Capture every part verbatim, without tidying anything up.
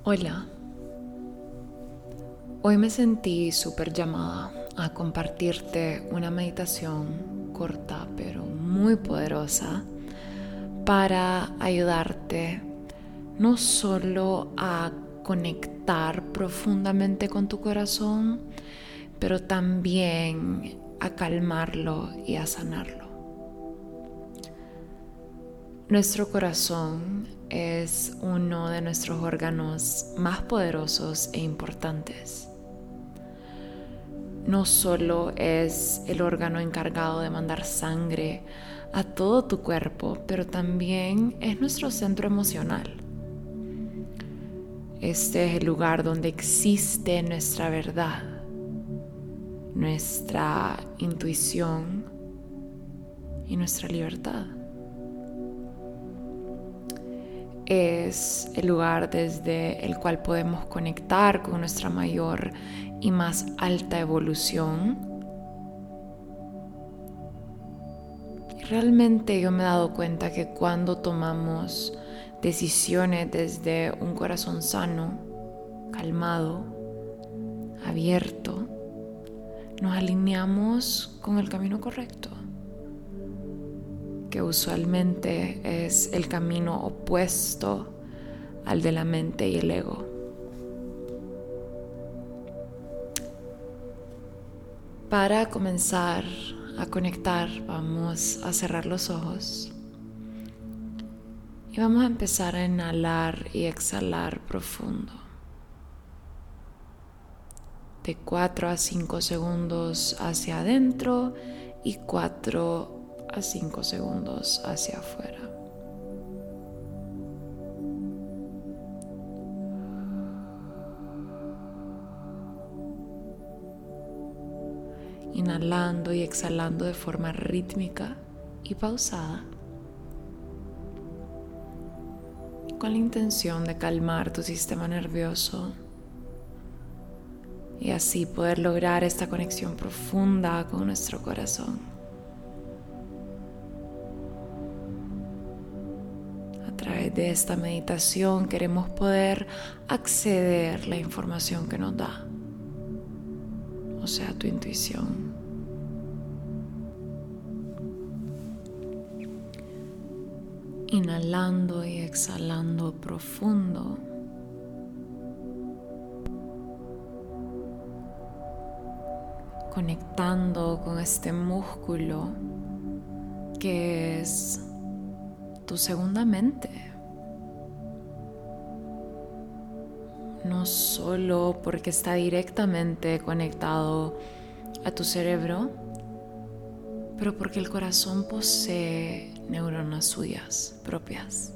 Hola, hoy me sentí súper llamada a compartirte una meditación corta pero muy poderosa para ayudarte no solo a conectar profundamente con tu corazón, pero también a calmarlo y a sanarlo. Nuestro corazón es uno de nuestros órganos más poderosos e importantes. No solo es el órgano encargado de mandar sangre a todo tu cuerpo, pero también es nuestro centro emocional. Este es el lugar donde existe nuestra verdad, nuestra intuición y nuestra libertad. Es el lugar desde el cual podemos conectar con nuestra mayor y más alta evolución. Y realmente yo me he dado cuenta que cuando tomamos decisiones desde un corazón sano, calmado, abierto, nos alineamos con el camino correcto, que usualmente es el camino opuesto al de la mente y el ego. Para comenzar a conectar, vamos a cerrar los ojos y vamos a empezar a inhalar y exhalar profundo. De cuatro a cinco segundos hacia adentro y cuatro a cinco segundos hacia afuera. Inhalando y exhalando de forma rítmica y pausada, con la intención de calmar tu sistema nervioso y así poder lograr esta conexión profunda con nuestro corazón. A través de esta meditación queremos poder acceder a la información que nos da, o sea, tu intuición. Inhalando y exhalando profundo. Conectando con este músculo que es tu segunda mente. No solo porque está directamente conectado a tu cerebro, pero porque el corazón posee neuronas suyas propias.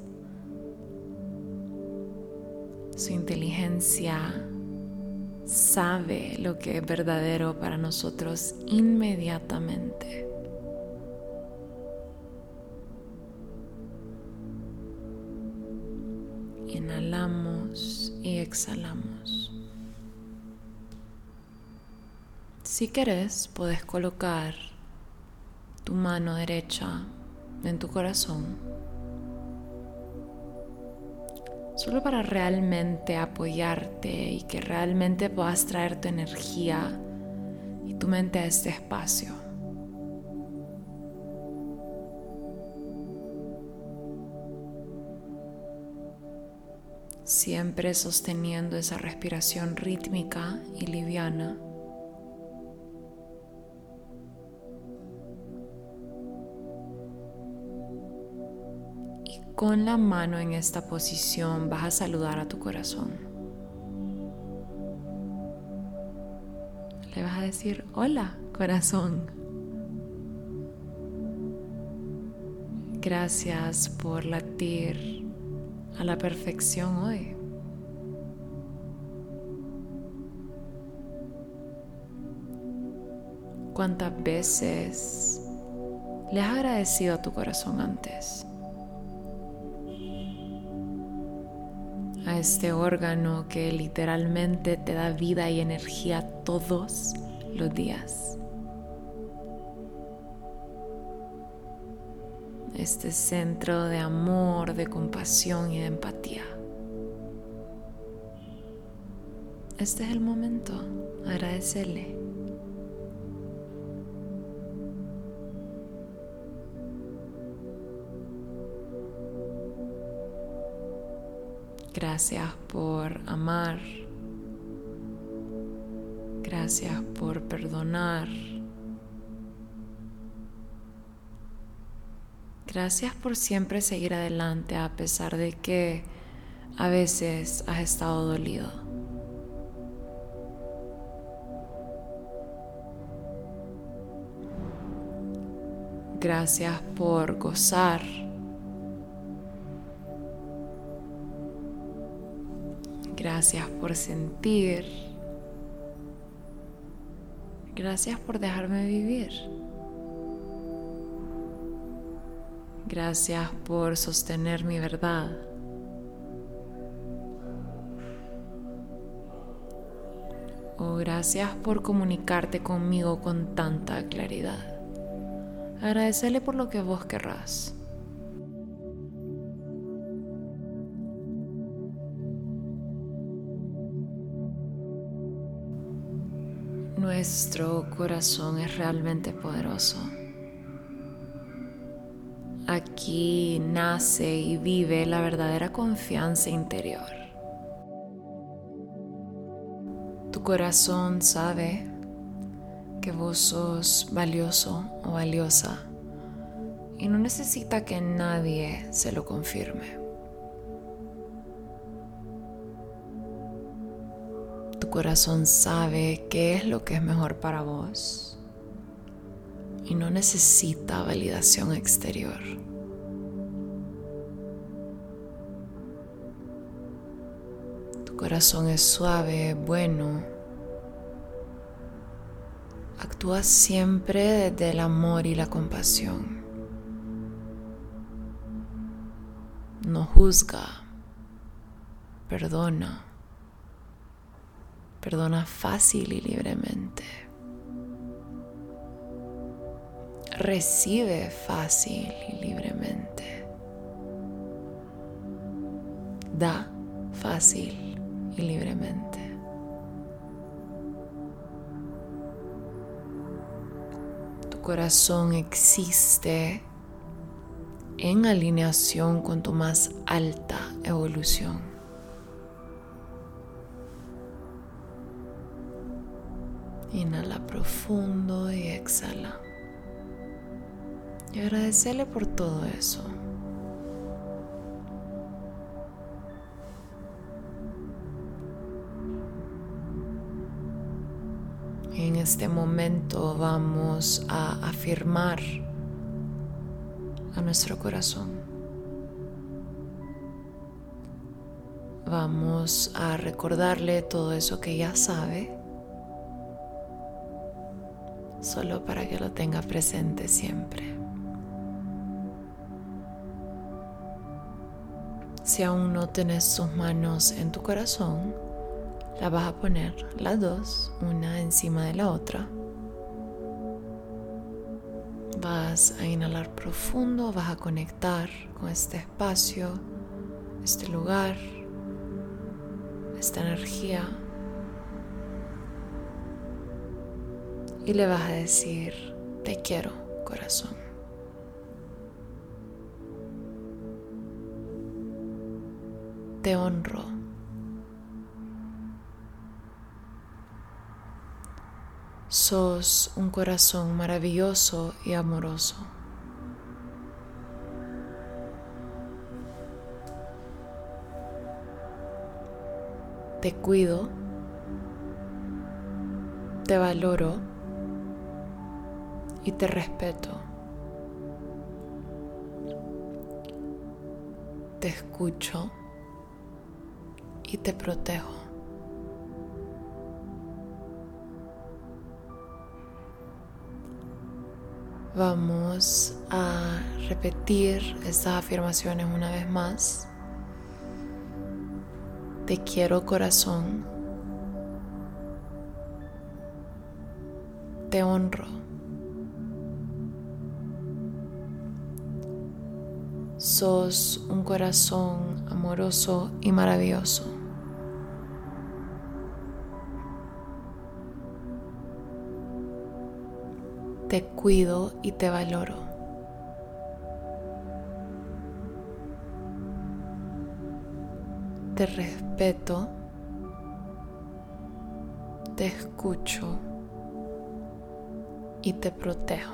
Su inteligencia sabe lo que es verdadero para nosotros inmediatamente. Inhalamos y exhalamos. Si querés, puedes colocar tu mano derecha en tu corazón, solo para realmente apoyarte y que realmente puedas traer tu energía y tu mente a este espacio. Siempre sosteniendo esa respiración rítmica y liviana. Y con la mano en esta posición vas a saludar a tu corazón. Le vas a decir: hola, corazón. Gracias por latir a la perfección hoy. ¿Cuántas veces le has agradecido a tu corazón antes? A este órgano que literalmente te da vida y energía todos los días. Este centro de amor, de compasión y de empatía. este es el momento. Agradecerle. Gracias por amar. Gracias por perdonar. Gracias por siempre seguir adelante a pesar de que a veces has estado dolido. Gracias por gozar. Gracias por sentir. Gracias por dejarme vivir. Gracias por sostener mi verdad. Oh, gracias por comunicarte conmigo con tanta claridad. Agradecerle por lo que vos querrás. Nuestro corazón es realmente poderoso. Aquí nace y vive la verdadera confianza interior. Tu corazón sabe que vos sos valioso o valiosa y no necesita que nadie se lo confirme. Tu corazón sabe qué es lo que es mejor para vos y no necesita validación exterior. Tu corazón es suave, bueno. Actúa siempre desde el amor y la compasión. No juzga, perdona. Perdona fácil y libremente. Recibe fácil y libremente. Da fácil y libremente. Tu corazón existe en alineación con tu más alta evolución. Inhala profundo y exhala. Y agradecerle por todo eso. En este momento vamos a afirmar a nuestro corazón. Vamos a recordarle todo eso que ya sabe, solo para que lo tenga presente siempre. Si aún no tenés sus manos en tu corazón, las vas a poner las dos, una encima de la otra. Vas a inhalar profundo, vas a conectar con este espacio, este lugar, esta energía. Y le vas a decir, te quiero, corazón. Te honro. Sos un corazón maravilloso y amoroso. Te cuido. Te valoro. Y te respeto. Te escucho y te protejo. Vamos a repetir estas afirmaciones una vez más. Te quiero, corazón. Te honro. Sos un corazón amoroso y maravilloso. te cuido y te valoro. Te respeto, te escucho y te protejo.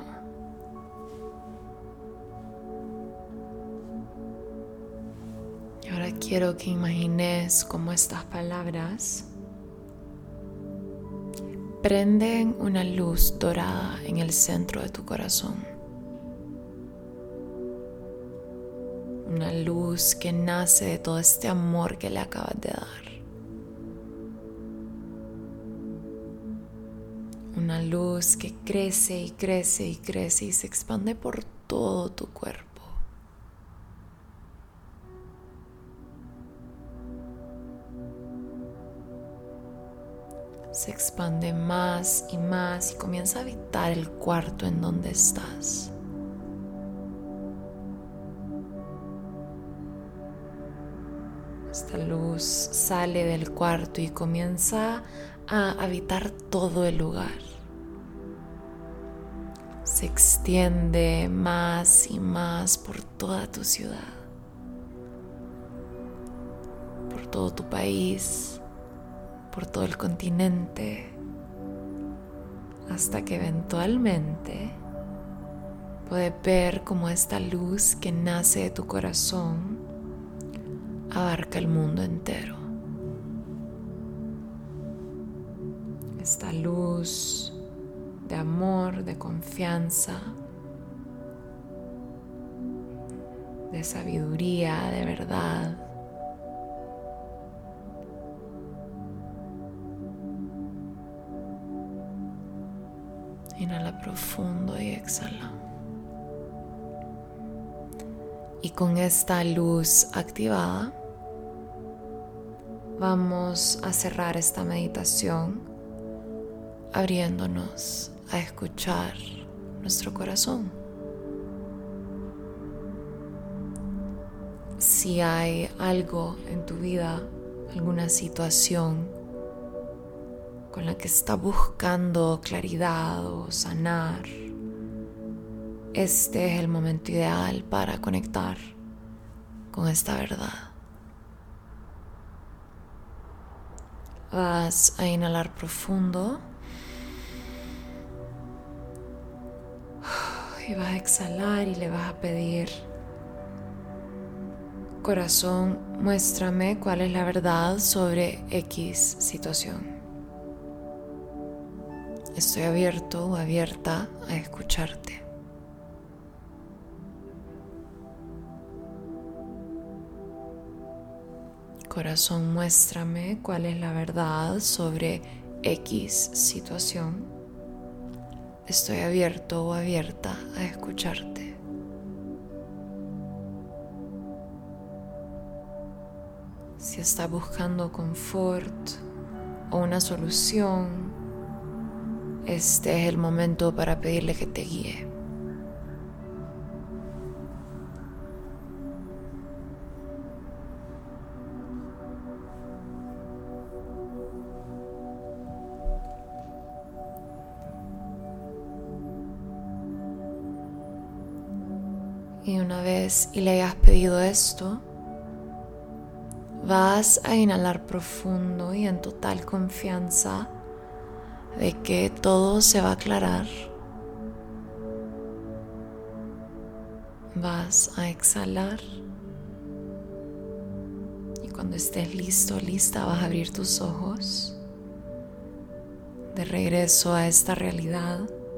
Y ahora quiero que imagines cómo estas palabras prenden una luz dorada en el centro de tu corazón. Una luz que nace de todo este amor que le acabas de dar. Una luz que crece y crece y crece y se expande por todo tu cuerpo. Se expande más y más y comienza a habitar el cuarto en donde estás. Esta luz sale del cuarto y comienza a habitar todo el lugar. Se extiende más y más por toda tu ciudad, por todo tu país, por todo el continente, hasta que eventualmente puedes ver cómo esta luz que nace de tu corazón abarca el mundo entero. Esta luz de amor, de confianza, de sabiduría, de verdad. Inhala profundo y exhala. Y con esta luz activada, vamos a cerrar esta meditación abriéndonos a escuchar nuestro corazón. Si hay algo en tu vida, alguna situación con la que estás buscando claridad o sanar, este es el momento ideal para conectar con esta verdad. Vas a inhalar profundo y vas a exhalar y le vas a pedir: corazón, muéstrame cuál es la verdad sobre X situación. Estoy abierto o abierta a escucharte. Corazón, muéstrame cuál es la verdad sobre X situación. Estoy abierto o abierta a escucharte. Si estás buscando confort o una solución, este es el momento para pedirle que te guíe. Y una vez y le hayas pedido esto, vas a inhalar profundo y en total confianza de que todo se va a aclarar. Vas a exhalar y cuando estés listo, lista, vas a abrir tus ojos de regreso a esta realidad.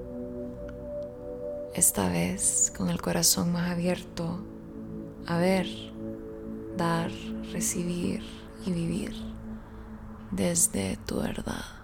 Esta vez con el corazón más abierto a ver, dar, recibir y vivir desde tu verdad.